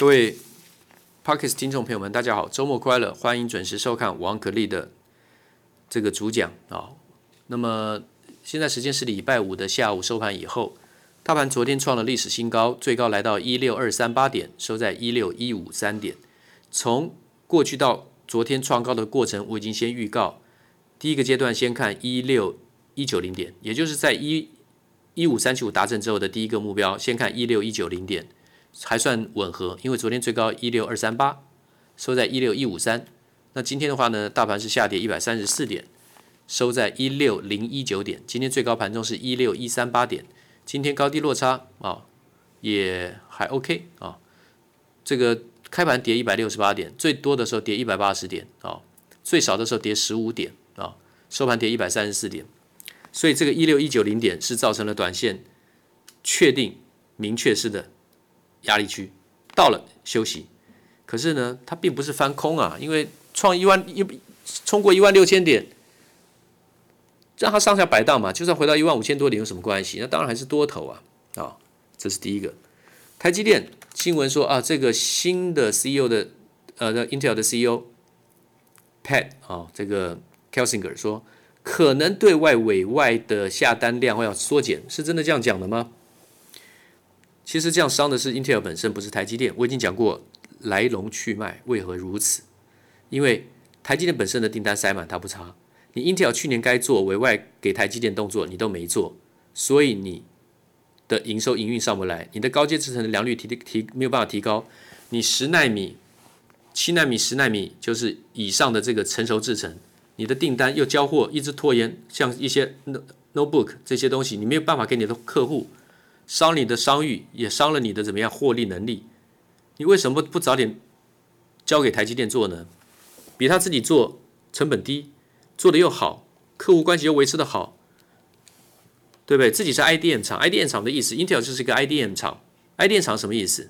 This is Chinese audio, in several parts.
各位 Podcast 听众朋友们，大家好，周末快乐，欢迎准时收看王可立的这个主讲啊。那么现在时间是礼拜五的下午收盘以后，大盘昨天创了历史新高，最高来到16238点，收在16153点。从过去到昨天创高的过程，我已经先预告，第一个阶段先看16190点，也就是在15375达成之后的第一个目标，先看16190点。还算吻合，因为昨天最高16238，收在16153。那今天的话呢，大盘是下跌134点，收在16019点。今天最高盘中是16138点，今天高低落差也还 OK 这个开盘跌168点，最多的时候跌180点最少的时候跌15点收盘跌134点。所以这个16190点是造成了短线确定明确式的压力区，到了休息，可是呢，它并不是翻空因为冲过16000点，让它上下摆荡嘛，就算回到15000多点有什么关系？那当然还是多头这是第一个。台积电新闻说这个新的 CEO 的Intel 的 CEO Pat 这个 Kelsinger 说，可能对外委外的下单量会要缩减，是真的这样讲的吗？其实这样伤的是 Intel 本身，不是台积电。我已经讲过来龙去脉，为何如此？因为台积电本身的订单塞满，它不差。你 Intel 去年该做委外给台积电动作，你都没做，所以你的营收营运上不来，你的高阶制程的良率没有办法提高。你10奈米、7奈米、10奈米就是以上的这个成熟制程，你的订单又交货一直拖延，像一些 notebook 这些东西，你没有办法给你的客户。伤你的商誉，也伤了你的怎么样获利能力？你为什么不早点交给台积电做呢？比他自己做成本低，做的又好，客户关系又维持的好，对不对？自己是 IDM 厂 ，IDM 厂的意思 ，Intel 就是一个 IDM 厂。IDM 厂什么意思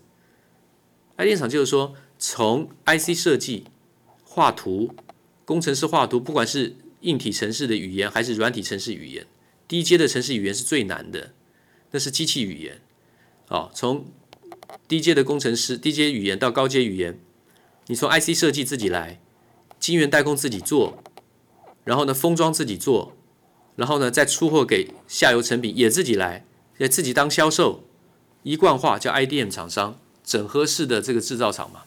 ？IDM 厂就是说，从 IC 设计、画图、工程师画图，不管是硬体程式的语言还是软体程式语言，低阶的程式语言是最难的。那是机器语言从低阶的工程师、低阶语言到高阶语言，你从 IC 设计自己来，晶圆代工自己做，然后呢封装自己做，然后呢再出货给下游成品也自己来，也自己当销售，一贯化叫 IDM 厂商，整合式的这个制造厂嘛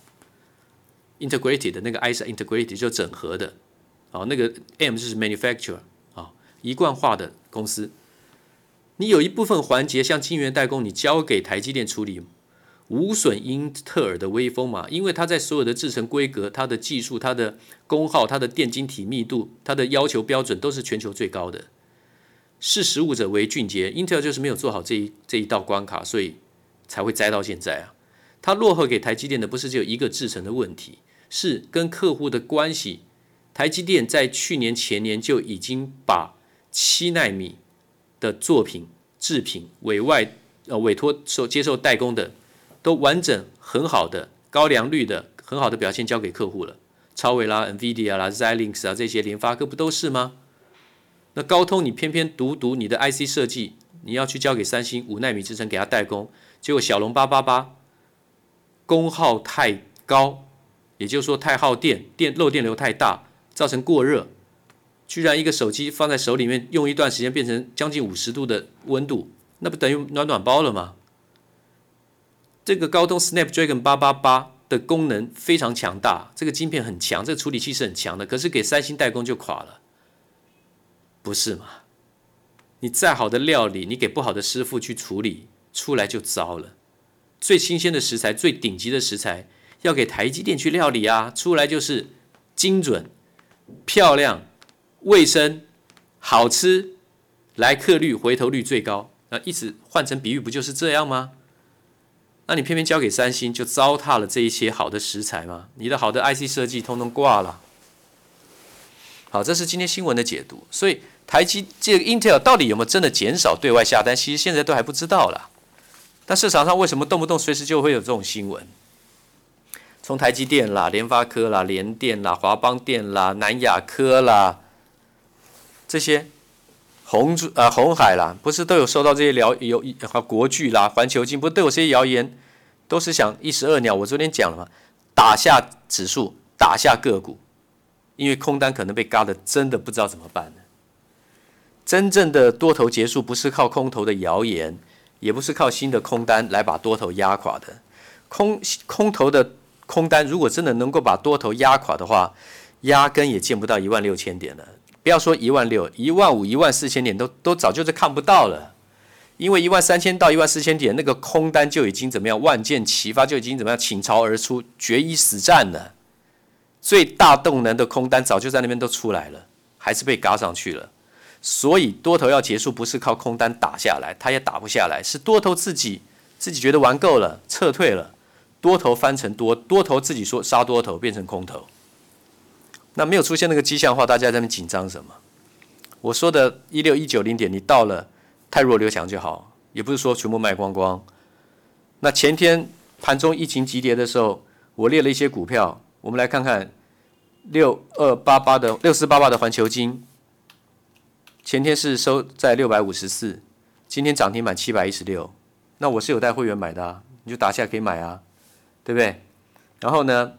，integrated 的那个 I 是 integrated 就整合的，那个 M 就是 manufacturer 一贯化的公司。你有一部分环节像晶圆代工，你交给台积电处理，无损英特尔的威风嘛？因为它在所有的制程规格、它的技术、它的功耗、它的电晶体密度、它的要求标准都是全球最高的。识时务者为俊杰 ，Intel 就是没有做好这一道关卡，所以才会栽到现在它落后给台积电的不是只有一个制程的问题，是跟客户的关系。台积电在去年前年就已经把7奈米的作品、制品委托接受代工的，都完整很好的、高良率的、很好的表现交给客户了。超微啦、NVIDIA 啦、Xilinx 这些联发科不都是吗？那高通你偏偏独你的 IC 设计，你要去交给三星5奈米制程给他代工，结果骁龙888功耗太高，也就是说太耗电，漏电流太大，造成过热。居然一个手机放在手里面用一段时间变成将近50度的温度，那不等于暖包了吗？这个高通 Snapdragon 888的功能非常强大，这个晶片很强，这个处理器是很强的，可是给三星代工就垮了，不是吗？你再好的料理，你给不好的师傅去处理，出来就糟了。最新鲜的食材、最顶级的食材，要给台积电去料理出来就是精准、漂亮。卫生、好吃、来客率、回头率最高，一直换成比喻不就是这样吗？那你偏偏交给三星，就糟蹋了这一些好的食材吗？你的好的 IC 设计通通挂了。好，这是今天新闻的解读。所以这个 Intel 到底有没有真的减少对外下单？其实现在都还不知道啦。但市场上为什么动不动随时就会有这种新闻？从台积电啦、联发科啦、联电啦、华邦电啦、南亚科啦。这些鸿海啦，不是都有收到这些国巨啦、环球晶，不是都有这些谣言？ 都是想一石二鸟。我昨天讲了嘛，打下指数，打下个股，因为空单可能被嘎的真的不知道怎么办了。真正的多头结束不是靠空头的谣言，也不是靠新的空单来把多头压垮的。空头的空单如果真的能够把多头压垮的话，压根也见不到16000点了。不要说16000、15000、14000点都早就是看不到了，因为13000到14000点那个空单就已经怎么样，万箭齐发，就已经怎么样，倾巢而出，决一死战了。最大动能的空单早就在那边都出来了，还是被嘎上去了。所以多头要结束，不是靠空单打下来，它也打不下来，是多头自己觉得玩够了，撤退了，多头翻成多头自己说杀多头变成空头。那没有出现那个迹象的话，大家在那边紧张什么？我说的16190点，你到了太弱留强就好，也不是说全部卖光光。那前天盘中疫情急跌的时候，我列了一些股票，我们来看看6488的环球金，前天是收在654，今天涨停板716，那我是有带会员买的啊，你就打下可以买啊，对不对？然后呢，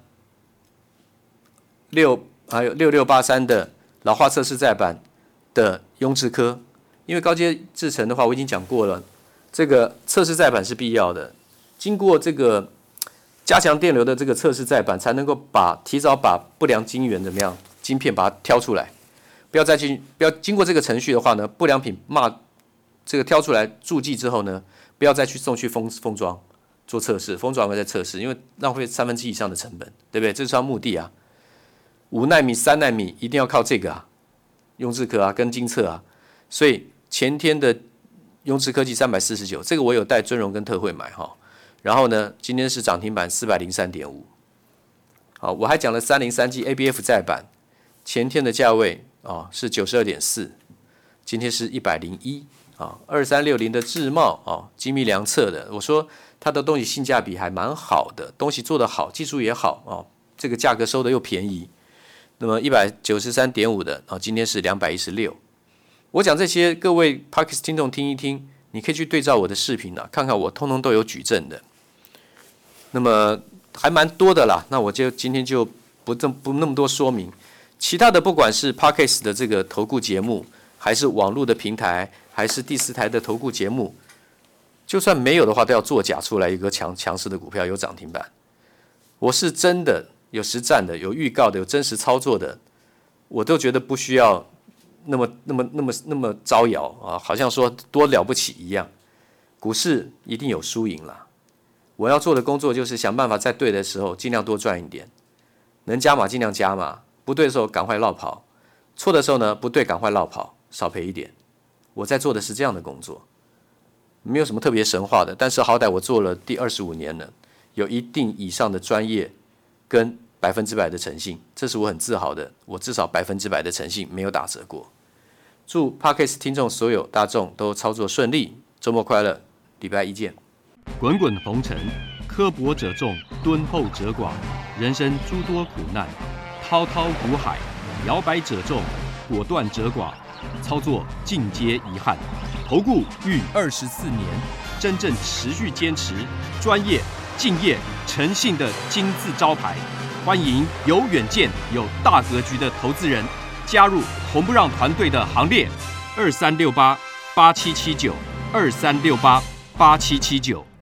还有6683的老化测试载板的雍智科，因为高阶制程的话，我已经讲过了，这个测试载板是必要的，经过这个加强电流的这个测试载板，才能够提早把不良晶圆怎么样，晶片把它挑出来，不要经过这个程序的话呢，不良品这个挑出来注记之后呢，不要再去送去封装做测试，封装还在测试，因为浪费1/3以上的成本，对不对？这是它目的啊。5奈米、3奈米一定要靠这个啊，雍智科啊跟精测啊，所以前天的雍智科技349，这个我有带尊荣跟特惠买哈。然后呢，今天是涨停板403.5。好，我还讲了303G ABF 载板，前天的价位是92.4，今天是101啊。2360的智茂精密量测的，我说它的东西性价比还蛮好的，东西做得好，技术也好这个价格收的又便宜。那么193.5的今天是216。我讲这些，各位 Podcast 听众听一听，你可以去对照我的视频看看我通通都有举证的。那么还蛮多的啦，那我今天就不那么多说明。其他的不管是 Podcast 的这个投顾节目，还是网络的平台，还是第4台的投顾节目，就算没有的话，都要作假出来一个强势的股票有涨停板。我是真的。有实战的，有预告的，有真实操作的，我都觉得不需要那么招摇啊，好像说多了不起一样。股市一定有输赢啦。我要做的工作就是想办法在对的时候尽量多赚一点，能加码尽量加码，不对的时候赶快绕跑，错的时候呢不对赶快绕跑，少赔一点。我在做的是这样的工作，没有什么特别神话的，但是好歹我做了第25年了，有一定以上的专业跟100%的诚信，这是我很自豪的。我至少100%的诚信没有打折过。祝 Podcast 听众所有大众都操作顺利，周末快乐，礼拜一见。 滚滚红尘，刻薄者众，敦厚者寡，人生诸多苦难，滔滔苦海，摇摆者众，果断者寡，操作尽皆遗憾。投顾逾24年，真正持续坚持、专业、敬业、诚信的金字招牌。欢迎有远见、有大格局的投资人加入红不让团队的行列。23688779，23688779。